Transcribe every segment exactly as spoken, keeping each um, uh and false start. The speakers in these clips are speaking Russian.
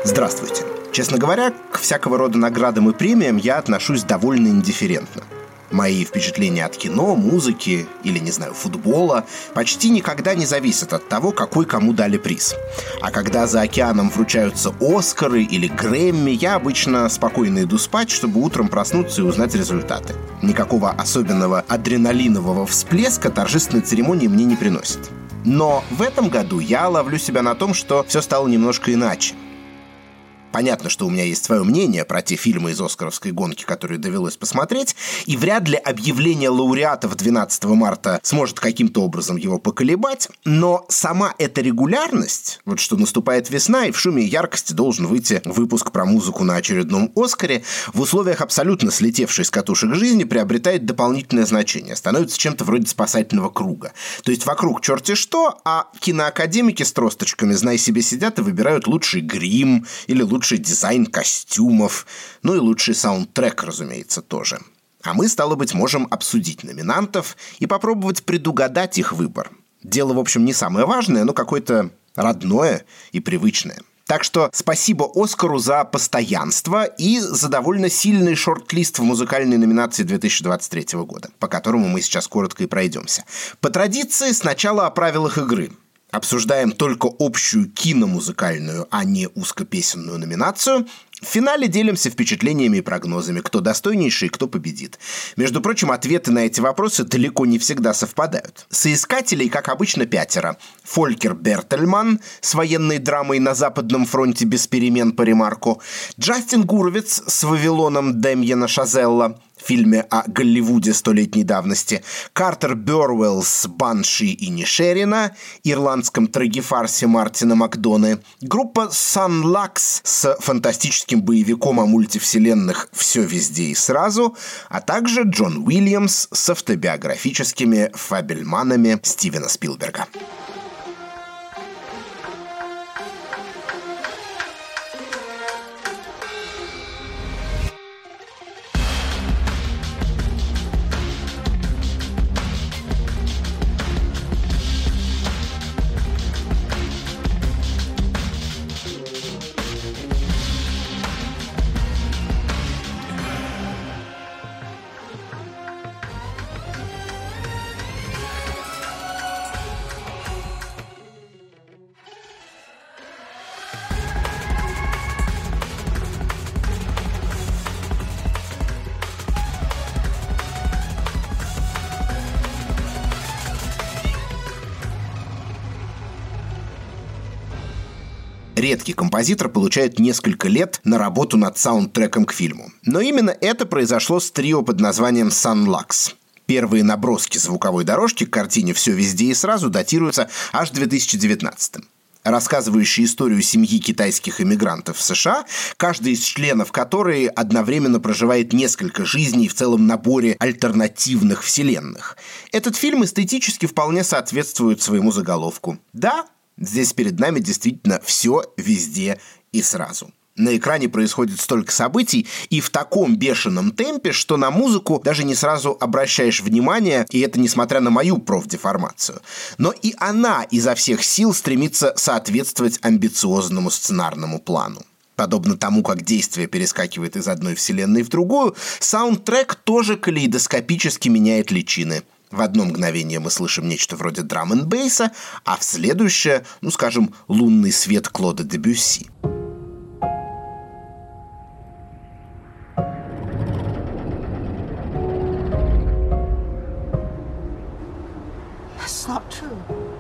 Здравствуйте. Честно говоря, к всякого рода наградам и премиям я отношусь довольно индифферентно. Мои впечатления от кино, музыки или, не знаю, футбола почти никогда не зависят от того, какой кому дали приз. А когда за океаном вручаются Оскары или Грэмми, я обычно спокойно иду спать, чтобы утром проснуться и узнать результаты. Никакого особенного адреналинового всплеска торжественной церемонии мне не приносит. Но в этом году я ловлю себя на том, что все стало немножко иначе. Понятно, что у меня есть свое мнение про те фильмы из оскаровской гонки, которые довелось посмотреть, и вряд ли объявление лауреатов двенадцатого марта сможет каким-то образом его поколебать, но сама эта регулярность, вот что наступает весна, и в шуме и яркости должен выйти выпуск про музыку на очередном Оскаре, в условиях абсолютно слетевшей с катушек жизни приобретает дополнительное значение, становится чем-то вроде спасательного круга. То есть вокруг черти что, а киноакадемики с тросточками, знай себе, сидят и выбирают лучший грим или лучший лучший дизайн костюмов, ну и лучший саундтрек, разумеется, тоже. А мы, стало быть, можем обсудить номинантов и попробовать предугадать их выбор. Дело, в общем, не самое важное, но какое-то родное и привычное. Так что спасибо Оскару за постоянство и за довольно сильный шорт-лист в музыкальной номинации две тысячи двадцать третьего года, по которому мы сейчас коротко и пройдемся. По традиции, сначала о правилах игры. Обсуждаем только общую киномузыкальную, а не узкопесенную номинацию. В финале делимся впечатлениями и прогнозами, кто достойнейший и кто победит. Между прочим, ответы на эти вопросы далеко не всегда совпадают. Соискателей, как обычно, пятеро. Фолькер Бертельман с военной драмой «На Западном фронте без перемен» по ремарку. Джастин Гурвиц с «Вавилоном» Дэмьена Шазелла в фильме о Голливуде столетней давности, Картер Бёрвелл с «Банши и Нишерина», ирландском трагефарсе Мартина Макдоны, группа Sunlux с фантастическим боевиком о мультивселенных «Все везде и сразу», а также Джон Уильямс с автобиографическими фабельманами Стивена Спилберга. Редкий композитор получает несколько лет на работу над саундтреком к фильму. Но именно это произошло с трио под названием Sunlux. Первые наброски звуковой дорожки к картине «Все везде и сразу» датируются аж две тысячи девятнадцатым. Рассказывающий историю семьи китайских эмигрантов в США, каждый из членов которой одновременно проживает несколько жизней в целом наборе альтернативных вселенных. Этот фильм эстетически вполне соответствует своему заголовку. Да, здесь перед нами действительно все везде и сразу. На экране происходит столько событий и в таком бешеном темпе, что на музыку даже не сразу обращаешь внимание, и это несмотря на мою профдеформацию. Но и она изо всех сил стремится соответствовать амбициозному сценарному плану. Подобно тому, как действие перескакивает из одной вселенной в другую, саундтрек тоже калейдоскопически меняет личины. В одно мгновение мы слышим нечто вроде драм-н-бейса, а в следующее, ну скажем, лунный свет Клода Дебюсси. That's not true.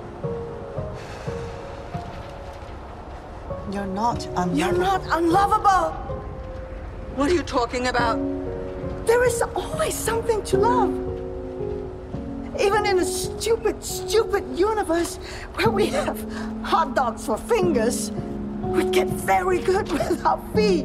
You're not unlovable. You're not unlovable. What are you talking about? There is always something to love. Even in a stupid, stupid universe where we have hot dogs for fingers, we'd get very good with our feet.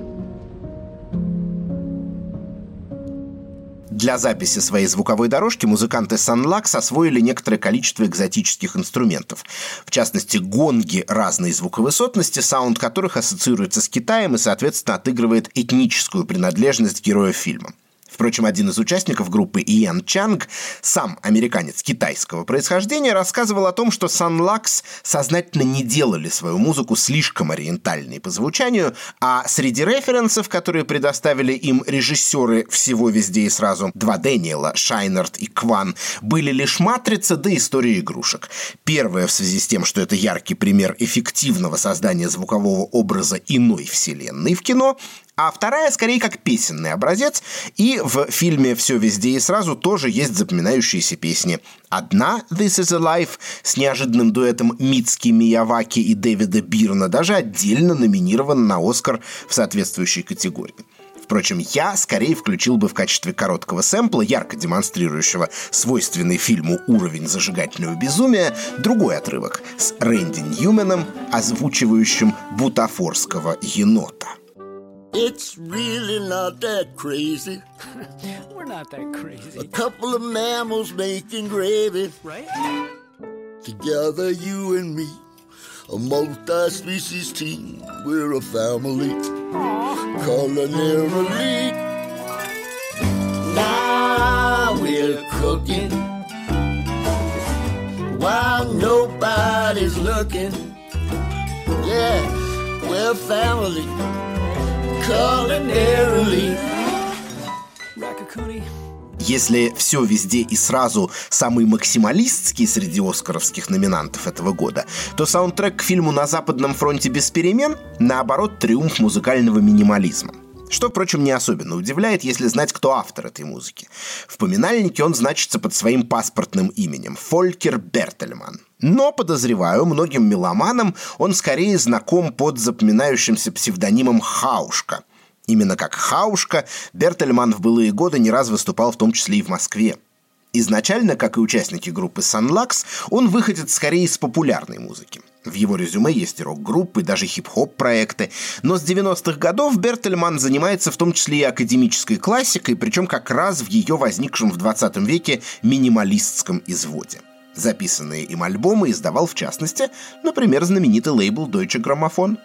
Для записи своей звуковой дорожки музыканты Sunlux освоили некоторое количество экзотических инструментов. В частности, гонги разной звуковысотности, саунд которых ассоциируется с Китаем и, соответственно, отыгрывает этническую принадлежность героя фильма. В Впрочем, один из участников группы, Иэн Чанг, сам американец китайского происхождения, рассказывал о том, что Sun Lux сознательно не делали свою музыку слишком ориентальной по звучанию, а среди референсов, которые предоставили им режиссеры всего везде и сразу, два Дэниела, Шайнард и Кван, были лишь «Матрица» да «История игрушек». Первая в связи с тем, что это яркий пример эффективного создания звукового образа иной вселенной в кино, а вторая, скорее, как песенный образец, и в фильме «Все везде и сразу» тоже есть запоминающиеся песни. Одна «This is a Life» с неожиданным дуэтом Мицки Мияваки и Дэвида Бирна даже отдельно номинирована на «Оскар» в соответствующей категории. Впрочем, я скорее включил бы в качестве короткого сэмпла, ярко демонстрирующего свойственный фильму уровень зажигательного безумия, другой отрывок с Рэнди Ньюменом, озвучивающим бутафорского енота. It's really not that crazy. We're not that crazy. A couple of mammals making gravy. Right? Together, you and me, a multi-species team. We're a family. Aww. Culinarily. Now we're cooking while nobody's looking. Yeah, we're family. Culinarily. Raccoonie. Если «Все везде и сразу» самый максималистский среди оскаровских номинантов этого года, то саундтрек к фильму «На западном фронте без перемен» наоборот триумф музыкального минимализма. Что, впрочем, не особенно удивляет, если знать, кто автор этой музыки. В поминальнике он значится под своим паспортным именем – Фолькер Бертельман. Но, подозреваю, многим меломанам он скорее знаком под запоминающимся псевдонимом Хаушка. Именно как Хаушка Бертельман в былые годы не раз выступал в том числе и в Москве. Изначально, как и участники группы Sun Lux, он выходит скорее из популярной музыки. В его резюме есть и рок-группы, и даже хип-хоп проекты. Но с девяностых годов Бертельман занимается в том числе и академической классикой, причем как раз в ее возникшем в двадцатом веке минималистском изводе. Записанные им альбомы издавал в частности, например, знаменитый лейбл Deutsche Grammophon.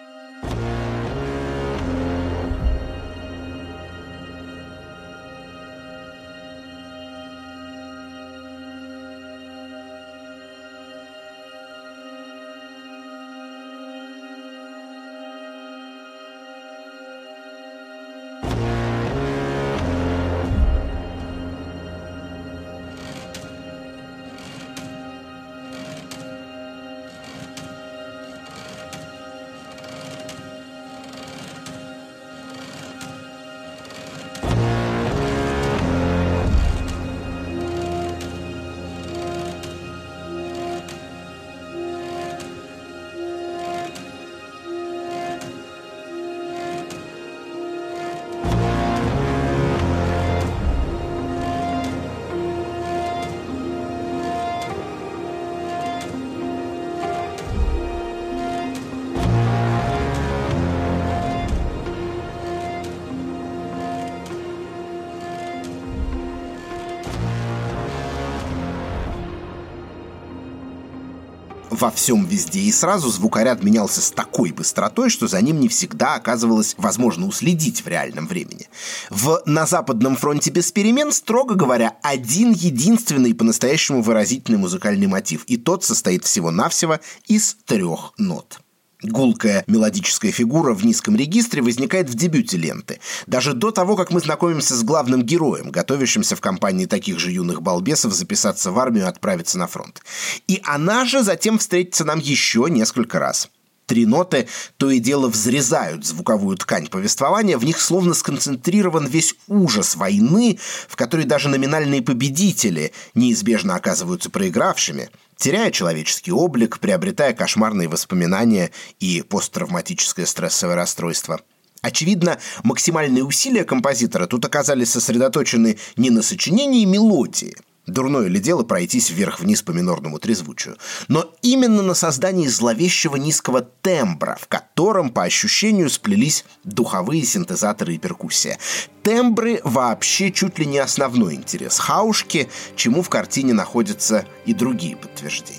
Во всем везде и сразу звукоряд менялся с такой быстротой, что за ним не всегда оказывалось возможно уследить в реальном времени. В «На западном фронте без перемен», строго говоря, один единственный по-настоящему выразительный музыкальный мотив, и тот состоит всего-навсего из трех нот. Гулкая мелодическая фигура в низком регистре возникает в дебюте ленты, даже до того, как мы знакомимся с главным героем, готовящимся в компании таких же юных балбесов записаться в армию и отправиться на фронт. И она же затем встретится нам еще несколько раз. Три ноты то и дело взрезают звуковую ткань повествования, в них словно сконцентрирован весь ужас войны, в которой даже номинальные победители неизбежно оказываются проигравшими, теряя человеческий облик, приобретая кошмарные воспоминания и посттравматическое стрессовое расстройство. Очевидно, максимальные усилия композитора тут оказались сосредоточены не на сочинении мелодии, дурное ли дело пройтись вверх-вниз по минорному трезвучию, но именно на создании зловещего низкого тембра, в котором, по ощущению, сплелись духовые синтезаторы и перкуссия. Тембры вообще чуть ли не основной интерес Хаушки, чему в картине находятся и другие подтверждения.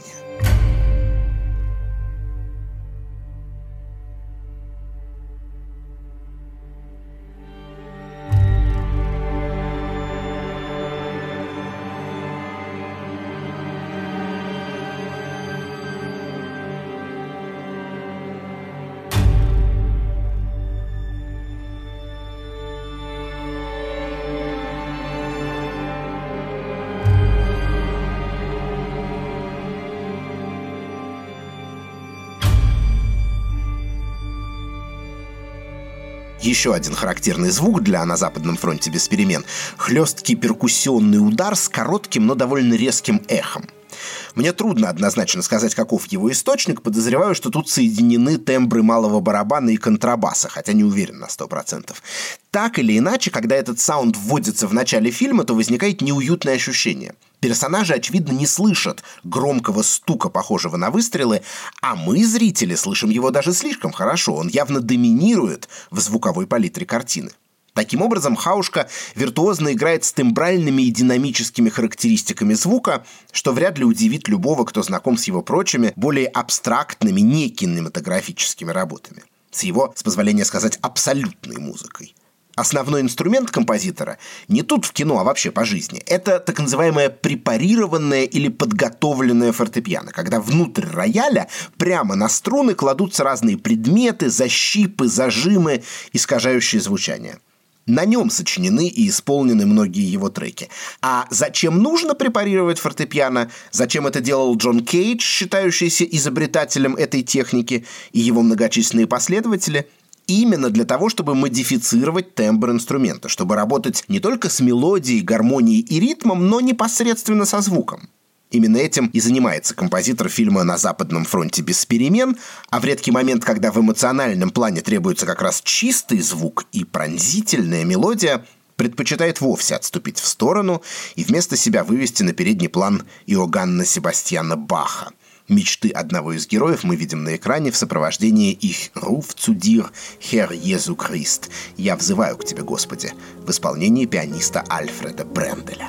Еще один характерный звук для «На Западном фронте без перемен» — хлесткий перкуссионный удар с коротким, но довольно резким эхом. Мне трудно однозначно сказать, каков его источник. Подозреваю, что тут соединены тембры малого барабана и контрабаса, хотя не уверен на сто процентов. Так или иначе, когда этот саунд вводится в начале фильма, то возникает неуютное ощущение. Персонажи, очевидно, не слышат громкого стука, похожего на выстрелы, а мы, зрители, слышим его даже слишком хорошо. Он явно доминирует в звуковой палитре картины. Таким образом, Хаушка виртуозно играет с тембральными и динамическими характеристиками звука, что вряд ли удивит любого, кто знаком с его прочими, более абстрактными, не кинематографическими работами. С его, с позволения сказать, абсолютной музыкой. Основной инструмент композитора не тут в кино, а вообще по жизни. Это так называемое препарированное или подготовленное фортепиано, когда внутрь рояля прямо на струны кладутся разные предметы, защипы, зажимы, искажающие звучание. На нем сочинены и исполнены многие его треки. А зачем нужно препарировать фортепиано? Зачем это делал Джон Кейдж, считающийся изобретателем этой техники, и его многочисленные последователи? Именно для того, чтобы модифицировать тембр инструмента, чтобы работать не только с мелодией, гармонией и ритмом, но непосредственно со звуком. Именно этим и занимается композитор фильма «На Западном фронте без перемен», а в редкий момент, когда в эмоциональном плане требуется как раз чистый звук и пронзительная мелодия, предпочитает вовсе отступить в сторону и вместо себя вывести на передний план Иоганна Себастьяна Баха. Мечты одного из героев мы видим на экране в сопровождении «Ich ruf zu dir, Herr Jesu Christ» «Я взываю к тебе, Господи» в исполнении пианиста Альфреда Бренделя.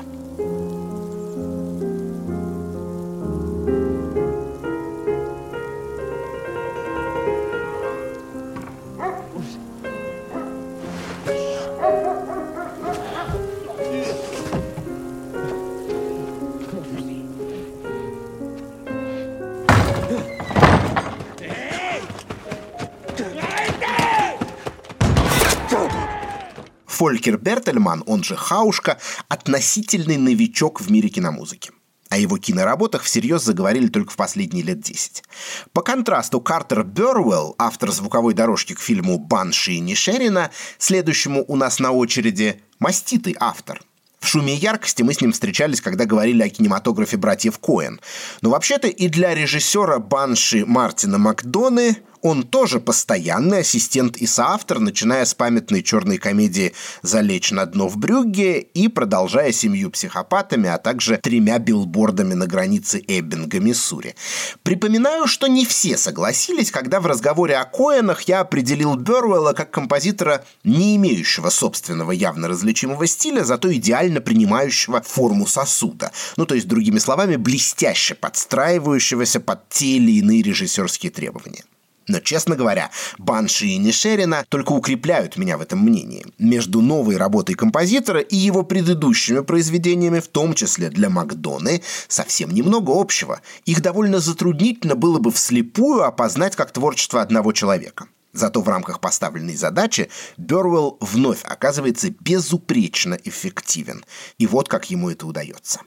Фолькер Бертельман, он же Хаушка, относительный новичок в мире киномузыки. О его киноработах всерьез заговорили только в последние лет десять. По контрасту, Картер Бёрвелл, автор звуковой дорожки к фильму «Банши Инишерина», следующему у нас на очереди, маститый автор. В «Шуме и яркости» мы с ним встречались, когда говорили о кинематографе братьев Коэн. Но вообще-то и для режиссера «Банши» Мартина Макдоны он тоже постоянный ассистент и соавтор, начиная с памятной черной комедии «Залечь на дно в Брюгге» и продолжая «Семью психопатами», а также «Тремя билбордами на границе Эббинга, Миссури». Припоминаю, что не все согласились, когда в разговоре о Коэнах я определил Бёрвелла как композитора, не имеющего собственного явно различимого стиля, зато идеально принимающего форму сосуда. Ну, то есть, другими словами, блестяще подстраивающегося под те или иные режиссерские требования. Но, честно говоря, «Банши Инишерина» только укрепляют меня в этом мнении. Между новой работой композитора и его предыдущими произведениями, в том числе для Макдоны, совсем немного общего. Их довольно затруднительно было бы вслепую опознать как творчество одного человека. Зато в рамках поставленной задачи Бёрвелл вновь оказывается безупречно эффективен. И вот как ему это удается.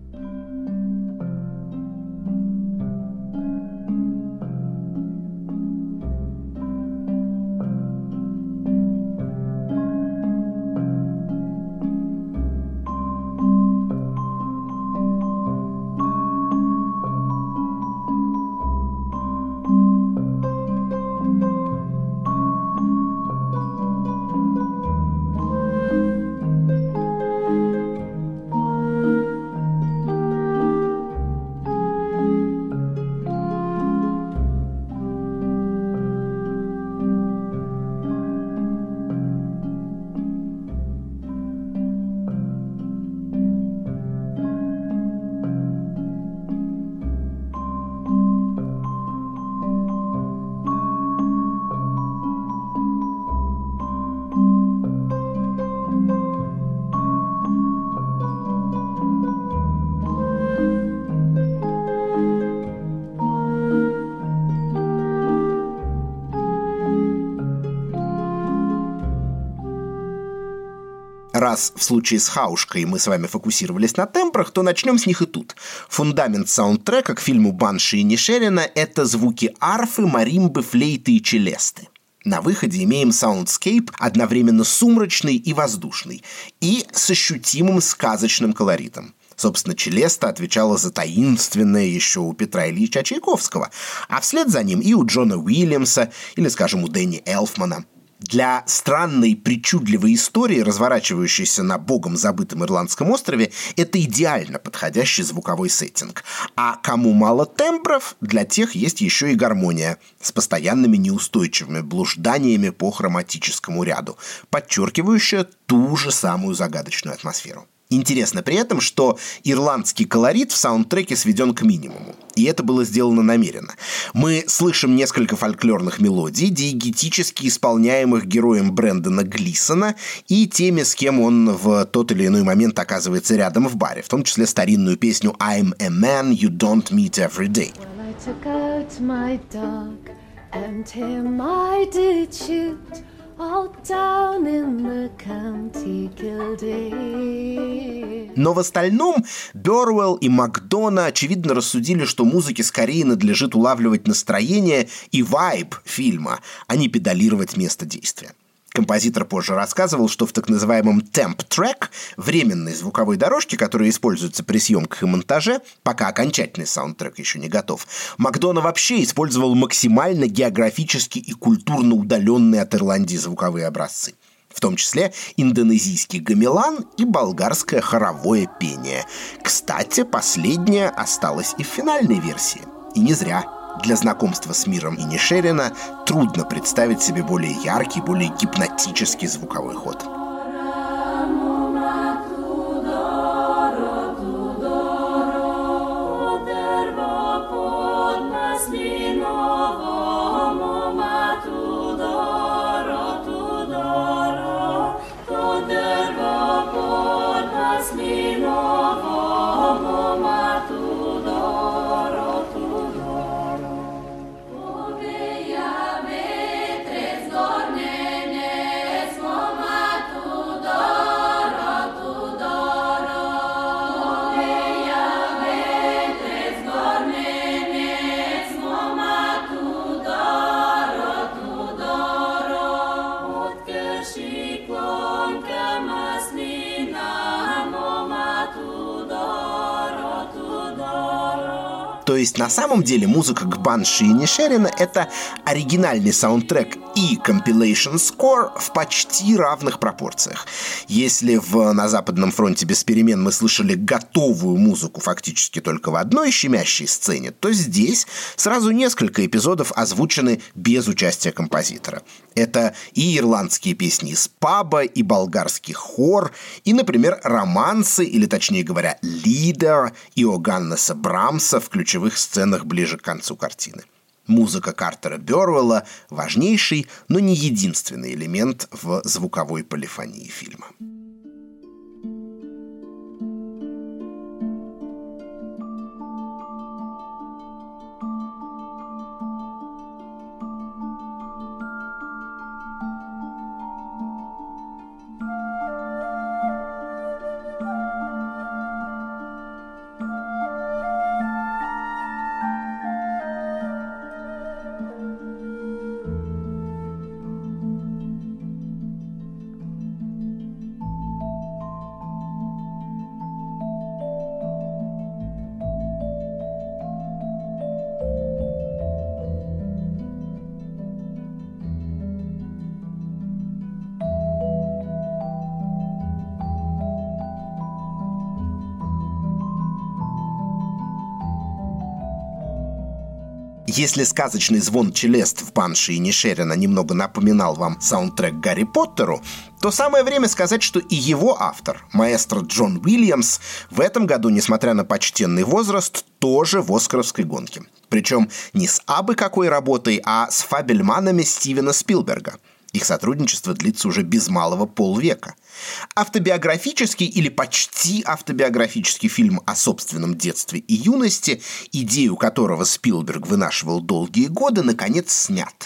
Раз в случае с Хаушкой мы с вами фокусировались на тембрах, то начнем с них и тут. Фундамент саундтрека к фильму «Банши Инишерина» — это звуки арфы, маримбы, флейты и челесты. На выходе имеем саундскейп одновременно сумрачный и воздушный, и с ощутимым сказочным колоритом. Собственно, Челеста отвечала за таинственное еще у Петра Ильича Чайковского, а вслед за ним и у Джона Уильямса, или, скажем, у Дэнни Элфмана. Для странной, причудливой истории, разворачивающейся на богом забытом ирландском острове, это идеально подходящий звуковой сеттинг. А кому мало тембров, для тех есть еще и гармония с постоянными неустойчивыми блужданиями по хроматическому ряду, подчеркивающая ту же самую загадочную атмосферу. Интересно при этом, что ирландский колорит в саундтреке сведен к минимуму. И это было сделано намеренно. Мы слышим несколько фольклорных мелодий, диегетически исполняемых героем Брэндона Глисона и теми, с кем он в тот или иной момент оказывается рядом в баре, в том числе старинную песню «I'm a man you don't meet every day». Well, I took out my dog, and him I did shoot. All down in the county Kildare. Но в остальном Бёрвелл и Макдона очевидно рассудили, что музыке скорее надлежит улавливать настроение и вайб фильма, а не педалировать место действия. Композитор позже рассказывал, что в так называемом темп-трек, временной звуковой дорожке, которая используется при съемках и монтаже, пока окончательный саундтрек еще не готов, Макдона вообще использовал максимально географически и культурно удаленные от Ирландии звуковые образцы. В том числе индонезийский гамелан и болгарское хоровое пение. Кстати, последнее осталось и в финальной версии. И не зря. Для знакомства с миром Инишерина трудно представить себе более яркий, более гипнотический звуковой ход. То есть на самом деле музыка к Банши Инишерина — это оригинальный саундтрек и compilation score в почти равных пропорциях. Если в «На Западном фронте без перемен» мы слышали готовую музыку фактически только в одной щемящей сцене, то здесь сразу несколько эпизодов озвучены без участия композитора. Это и ирландские песни из паба, и болгарский хор, и, например, романсы, или точнее говоря, лидер Иоганнеса Брамса в ключевых сценах ближе к концу картины. Музыка Картера Бёрвелла – важнейший, но не единственный элемент в звуковой полифонии фильма. Если сказочный звон Челест в Банши Инишерина немного напоминал вам саундтрек к Гарри Поттеру, то самое время сказать, что и его автор, маэстро Джон Уильямс, в этом году, несмотря на почтенный возраст, тоже в оскаровской гонке. Причем не с абы какой работой, а с фабельманами Стивена Спилберга. Их сотрудничество длится уже без малого полвека. Автобиографический или почти автобиографический фильм о собственном детстве и юности, идею которого Спилберг вынашивал долгие годы, наконец снят.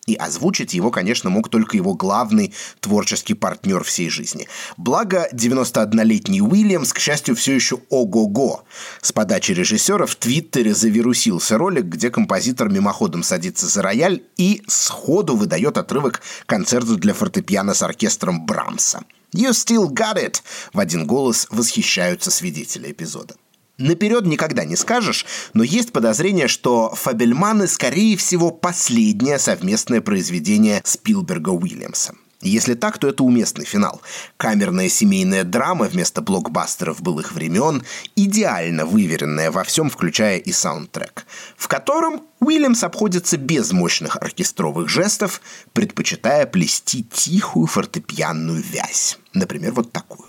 И озвучить его, конечно, мог только его главный творческий партнер всей жизни. Благо, девяностооднолетний Уильямс, к счастью, все еще ого-го. С подачи режиссера в Твиттере завирусился ролик, где композитор мимоходом садится за рояль и сходу выдает отрывок концерта для фортепиано с оркестром Брамса. «You still got it!» — в один голос восхищаются свидетели эпизода. Наперед никогда не скажешь, но есть подозрение, что «Фабельманы» скорее всего последнее совместное произведение Спилберга-Уильямса. Если так, то это уместный финал. Камерная семейная драма вместо блокбастеров былых времен, идеально выверенная во всем, включая и саундтрек, в котором Уильямс обходится без мощных оркестровых жестов, предпочитая плести тихую фортепианную вязь. Например, вот такую.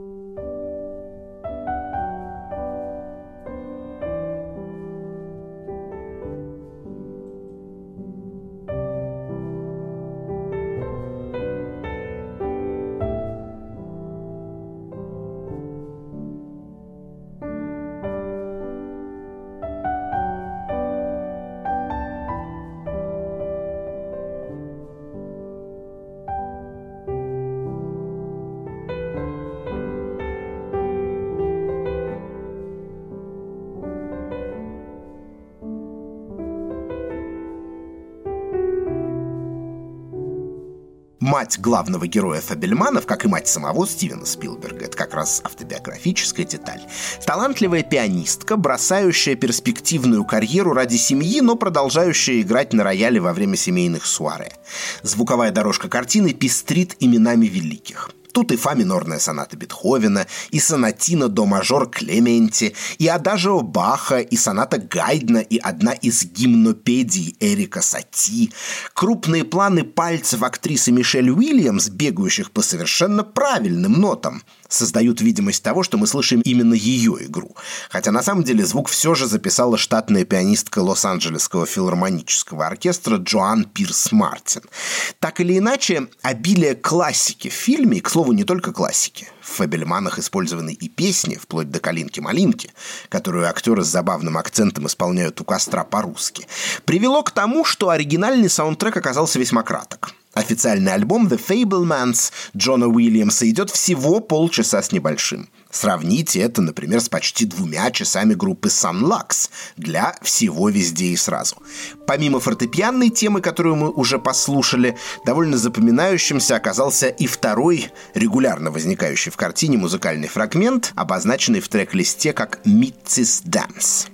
Мать главного героя «Фабельманов», как и мать самого Стивена Спилберга, это как раз автобиографическая деталь, талантливая пианистка, бросающая перспективную карьеру ради семьи, но продолжающая играть на рояле во время семейных суаре. Звуковая дорожка картины пестрит именами великих. Тут и фа минорная соната Бетховена, и сонатина до мажор Клементи, и адажио Баха, и соната Гайдна, и одна из гимнопедий Эрика Сати, крупные планы пальцев актрисы Мишель Уильямс, бегающих по совершенно правильным нотам, создают видимость того, что мы слышим именно ее игру. Хотя на самом деле звук все же записала штатная пианистка Лос-Анджелесского филармонического оркестра Джоан Пирс Мартин. Так или иначе, обилие классики в фильме, и, к слову, не только классики. В «Фабельманах» использованы и песни, вплоть до «Калинки-малинки», которую актеры с забавным акцентом исполняют у костра по-русски, привело к тому, что оригинальный саундтрек оказался весьма краток. Официальный альбом «The Fabelmans» Джона Уильямса идет всего полчаса с небольшим. Сравните это, например, с почти двумя часами группы Sun Lux для всего, везде и сразу. Помимо фортепианной темы, которую мы уже послушали, довольно запоминающимся оказался и второй, регулярно возникающий в картине музыкальный фрагмент, обозначенный в трек-листе как «Mitzi's Dance».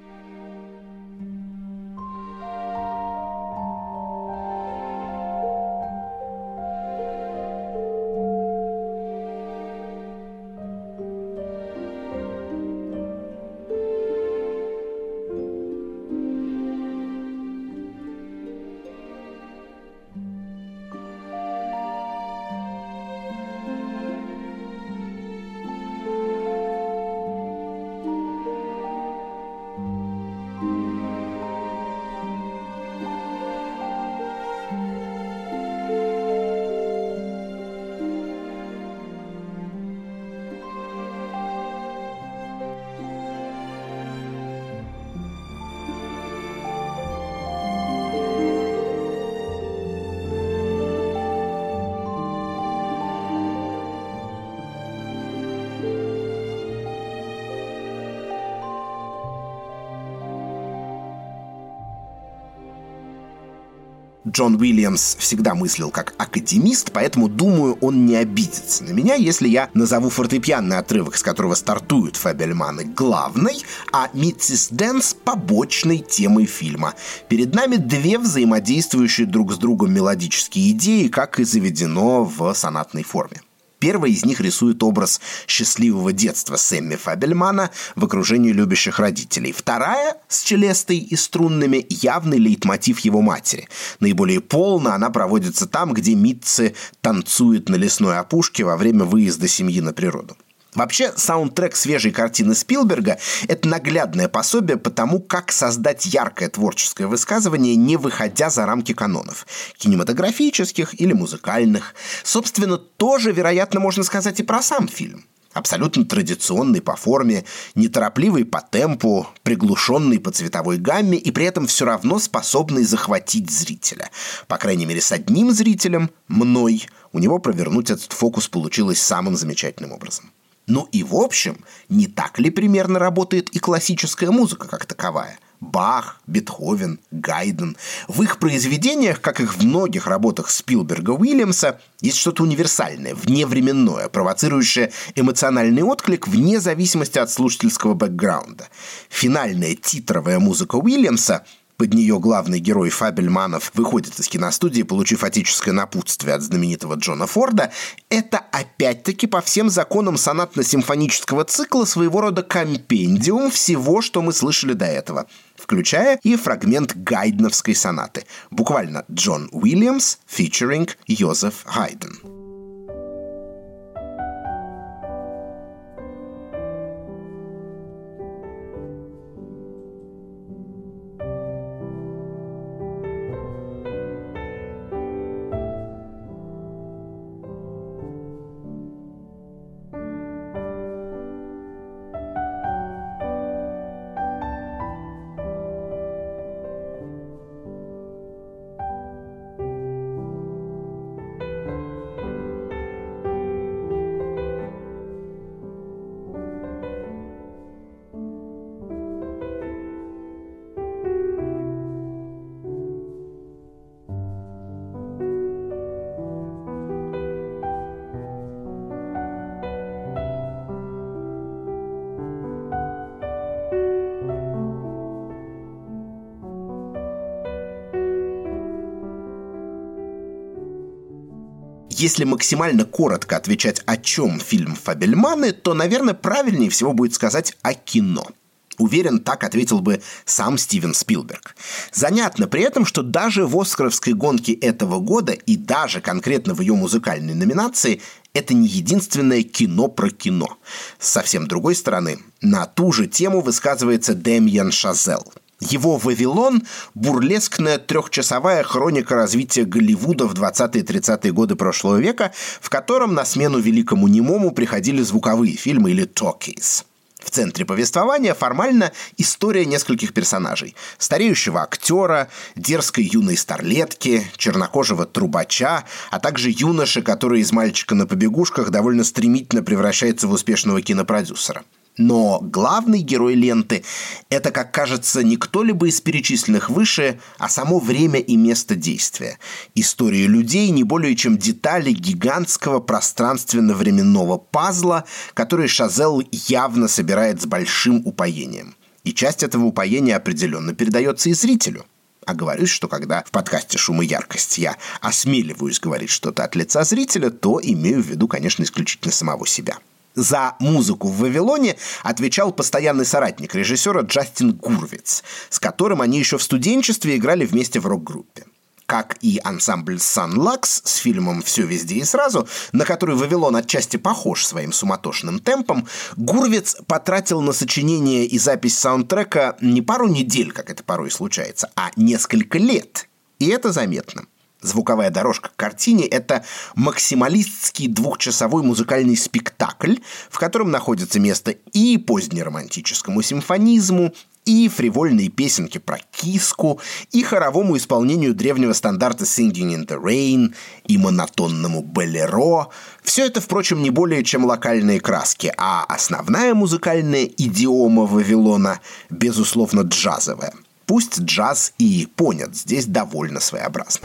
Джон Уильямс всегда мыслил как академист, поэтому, думаю, он не обидится на меня, если я назову фортепианный отрывок, с которого стартуют «Фабельманы», главной, а «Mitzi's Dance» — побочной темой фильма. Перед нами две взаимодействующие друг с другом мелодические идеи, как и заведено в сонатной форме. Первая из них рисует образ счастливого детства Сэмми Фабельмана в окружении любящих родителей. Вторая, с челестой и струнными, явный лейтмотив его матери. Наиболее полно она проводится там, где Митци танцует на лесной опушке во время выезда семьи на природу. Вообще, саундтрек свежей картины Спилберга – это наглядное пособие по тому, как создать яркое творческое высказывание, не выходя за рамки канонов – кинематографических или музыкальных. Собственно, тоже, вероятно, можно сказать и про сам фильм. Абсолютно традиционный по форме, неторопливый по темпу, приглушенный по цветовой гамме и при этом все равно способный захватить зрителя. По крайней мере, с одним зрителем, мной, у него провернуть этот фокус получилось самым замечательным образом. Ну и в общем, не так ли примерно работает и классическая музыка как таковая? Бах, Бетховен, Гайден. В их произведениях, как и в многих работах Спилберга Уильямса, есть что-то универсальное, вневременное, провоцирующее эмоциональный отклик вне зависимости от слушательского бэкграунда. Финальная титровая музыка Уильямса, под нее главный герой Фабельманов выходит из киностудии, получив отеческое напутствие от знаменитого Джона Форда, это опять-таки по всем законам сонатно-симфонического цикла своего рода компендиум всего, что мы слышали до этого, включая и фрагмент гайденовской сонаты. Буквально Джон Уильямс featuring Йозеф Гайден. Если максимально коротко отвечать, о чем фильм «Фабельманы», то, наверное, правильнее всего будет сказать о кино. Уверен, так ответил бы сам Стивен Спилберг. Занятно при этом, что даже в оскаровской гонке этого года и даже конкретно в ее музыкальной номинации это не единственное кино про кино. С совсем другой стороны, на ту же тему высказывается Дэмьен Шазелл. Его «Вавилон» – бурлескная трехчасовая хроника развития Голливуда в двадцатые-тридцатые годы прошлого века, в котором на смену великому немому приходили звуковые фильмы или «talkies». В центре повествования формально история нескольких персонажей. Стареющего актера, дерзкой юной старлетки, чернокожего трубача, а также юноши, который из мальчика на побегушках довольно стремительно превращается в успешного кинопродюсера. Но главный герой ленты – это, как кажется, не кто-либо из перечисленных выше, а само время и место действия. История людей не более чем детали гигантского пространственно-временного пазла, который Шазелл явно собирает с большим упоением. И часть этого упоения определенно передается и зрителю. Оговорюсь, что когда в подкасте «Шум и яркость» я осмеливаюсь говорить что-то от лица зрителя, то имею в виду, конечно, исключительно самого себя. За музыку в «Вавилоне» отвечал постоянный соратник режиссера Джастин Гурвиц, с которым они еще в студенчестве играли вместе в рок-группе. Как и ансамбль Sun Lux с фильмом «Все везде и сразу», на который «Вавилон» отчасти похож своим суматошным темпом, Гурвиц потратил на сочинение и запись саундтрека не пару недель, как это порой случается, а несколько лет. И это заметно. Звуковая дорожка к картине – это максималистский двухчасовой музыкальный спектакль, в котором находится место и позднеромантическому симфонизму, и фривольные песенки про киску, и хоровому исполнению древнего стандарта «Singing in the Rain», и монотонному «Болеро». Все это, впрочем, не более чем локальные краски, а основная музыкальная идиома «Вавилона» безусловно джазовая. Пусть джаз и понят здесь довольно своеобразно.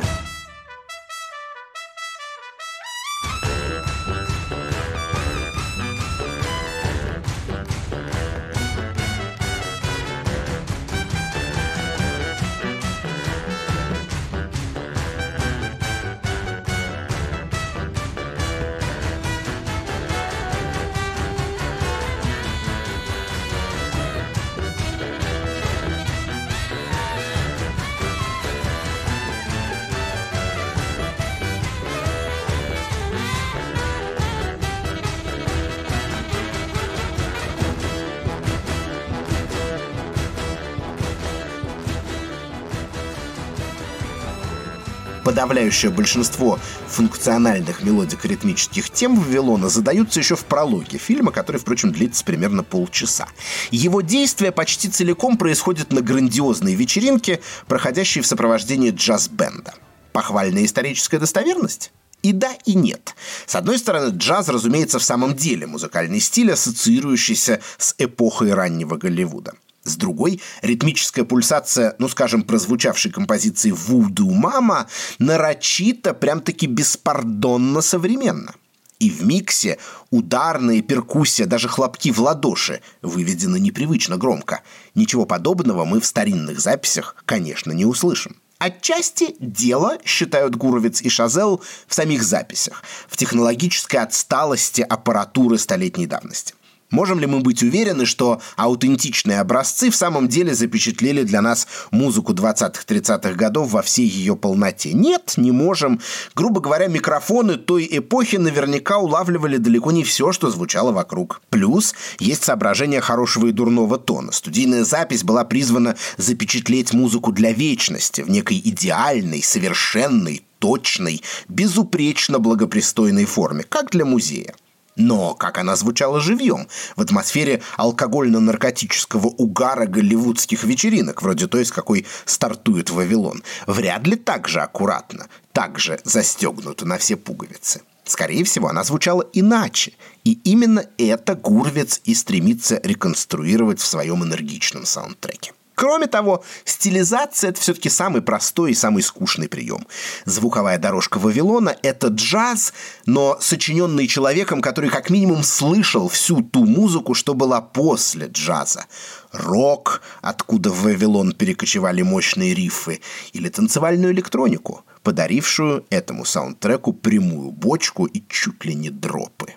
Подавляющее большинство функциональных мелодико-ритмических тем Вавилона задаются еще в прологе фильма, который, впрочем, длится примерно полчаса. Его действие почти целиком происходит на грандиозной вечеринке, проходящей в сопровождении джаз-бенда. Похвальная историческая достоверность? И да, и нет. С одной стороны, джаз, разумеется, в самом деле музыкальный стиль, ассоциирующийся с эпохой раннего Голливуда. С другой, ритмическая пульсация, ну, скажем, прозвучавшей композиции «Вуду Мама» нарочито, прям-таки беспардонно современна. И в миксе ударные, перкуссия, даже хлопки в ладоши выведены непривычно громко. Ничего подобного мы в старинных записях, конечно, не услышим. Отчасти дело, считают Гуровиц и Шазел, в самих записях, в технологической отсталости аппаратуры столетней давности. Можем ли мы быть уверены, что аутентичные образцы в самом деле запечатлели для нас музыку двадцатых-тридцатых годов во всей ее полноте? Нет, не можем. Грубо говоря, микрофоны той эпохи наверняка улавливали далеко не все, что звучало вокруг. Плюс есть соображение хорошего и дурного тона. Студийная запись была призвана запечатлеть музыку для вечности в некой идеальной, совершенной, точной, безупречно благопристойной форме, как для музея. Но как она звучала живьем, в атмосфере алкогольно-наркотического угара голливудских вечеринок, вроде той, с какой стартует Вавилон, вряд ли так же аккуратно, так же застегнута на все пуговицы. Скорее всего, она звучала иначе, и именно это Гуровиц и стремится реконструировать в своем энергичном саундтреке. Кроме того, стилизация – это все-таки самый простой и самый скучный прием. Звуковая дорожка Вавилона – это джаз, но сочиненный человеком, который как минимум слышал всю ту музыку, что была после джаза. Рок, откуда в Вавилон перекочевали мощные рифы, или танцевальную электронику, подарившую этому саундтреку прямую бочку и чуть ли не дропы.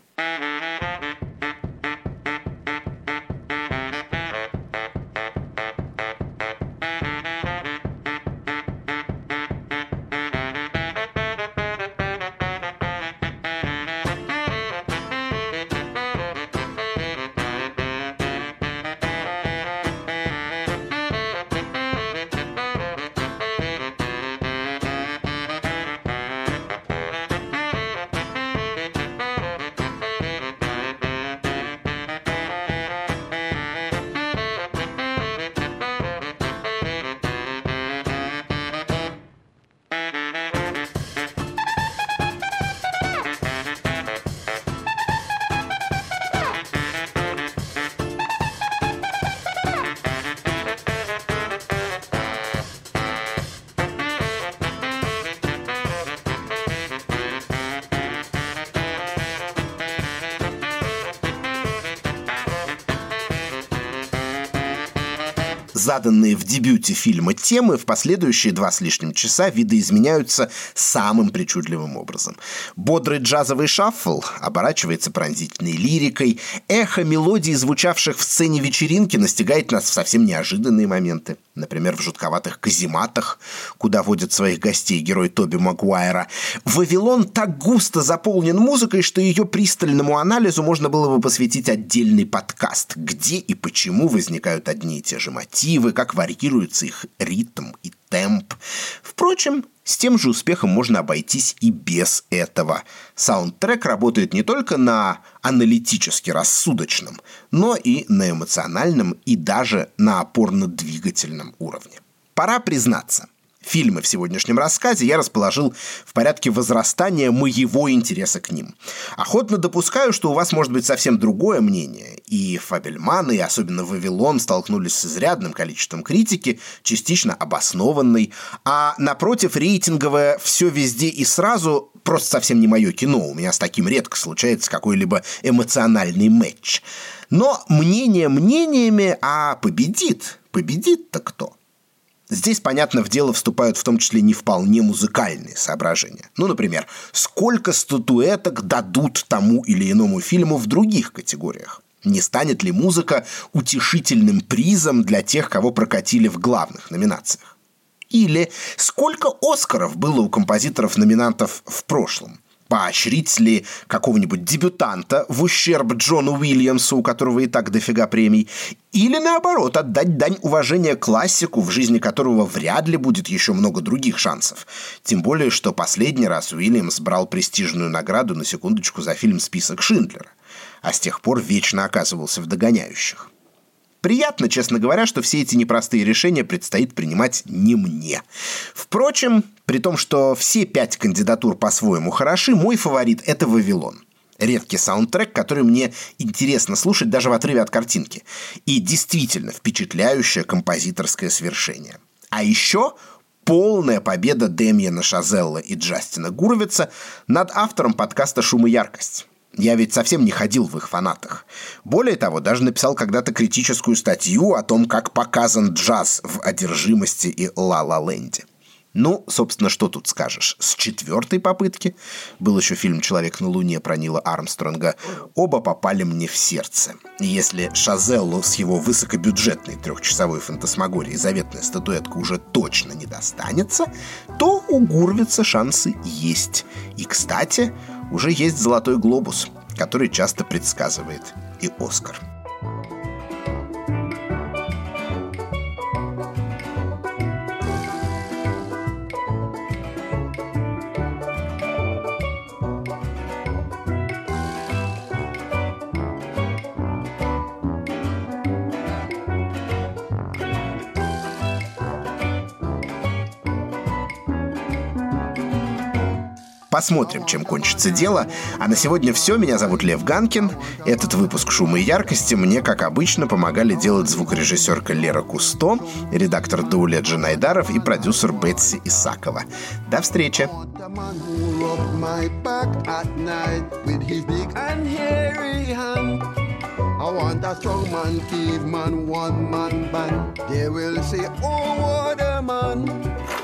Заданные в дебюте фильма темы в последующие два с лишним часа видоизменяются самым причудливым образом. Бодрый джазовый шаффл оборачивается пронзительной лирикой, эхо мелодий, звучавших в сцене вечеринки, настигает нас в совсем неожиданные моменты. Например, в жутковатых казематах, куда водят своих гостей герой Тоби Магуайра. Вавилон так густо заполнен музыкой, что ее пристальному анализу можно было бы посвятить отдельный подкаст, где и почему возникают одни и те же мотивы, как варьируется их ритм и темп. Впрочем, с тем же успехом можно обойтись и без этого. Саундтрек работает не только на аналитически рассудочном, но и на эмоциональном и даже на опорно-двигательном уровне. Пора признаться, фильмы в сегодняшнем рассказе я расположил в порядке возрастания моего интереса к ним. Охотно допускаю, что у вас может быть совсем другое мнение, и Фабельман, и особенно Вавилон столкнулись с изрядным количеством критики, частично обоснованной, а напротив, рейтинговое «все везде и сразу» просто совсем не мое кино, у меня с таким редко случается какой-либо эмоциональный мэтч. Но мнение мнениями, а победит, победит-то кто? Здесь, понятно, в дело вступают в том числе не вполне музыкальные соображения. Ну, например, сколько статуэток дадут тому или иному фильму в других категориях? Не станет ли музыка утешительным призом для тех, кого прокатили в главных номинациях? Или сколько «Оскаров» было у композиторов-номинантов в прошлом? Поощрить ли какого-нибудь дебютанта в ущерб Джону Уильямсу, у которого и так дофига премий? Или, наоборот, отдать дань уважения классику, в жизни которого вряд ли будет еще много других шансов? Тем более, что последний раз Уильямс брал престижную награду, на секундочку, за фильм «Список Шиндлера», а с тех пор вечно оказывался в «Догоняющих». Приятно, честно говоря, что все эти непростые решения предстоит принимать не мне. Впрочем, при том, что все пять кандидатур по-своему хороши, мой фаворит – это «Вавилон». Редкий саундтрек, который мне интересно слушать даже в отрыве от картинки. И действительно впечатляющее композиторское свершение. А еще полная победа Дэмиена Шазелла и Джастина Гуровица над автором подкаста «Шум и яркость». Я ведь совсем не ходил в их фанатах. Более того, даже написал когда-то критическую статью о том, как показан джаз в «Одержимости» и «Ла-Ла-Ленде». Ну, собственно, что тут скажешь? С четвертой попытки, был еще фильм «Человек на Луне» про Нила Армстронга, оба попали мне в сердце. И если Шазеллу с его высокобюджетной трехчасовой фантасмагорией заветная статуэтка уже точно не достанется, то у Гуровица шансы есть. И, кстати, уже есть «Золотой глобус», который часто предсказывает и «Оскар». Посмотрим, чем кончится дело. А на сегодня все. Меня зовут Лев Ганкин. Этот выпуск «Шума и яркости» мне, как обычно, помогали делать звукорежиссерка Лера Кусто, редактор Даулет Жанайдаров и продюсер Бетси Исакова. До встречи! I want a strong man, caveman, one man band. They will say, oh, what a man.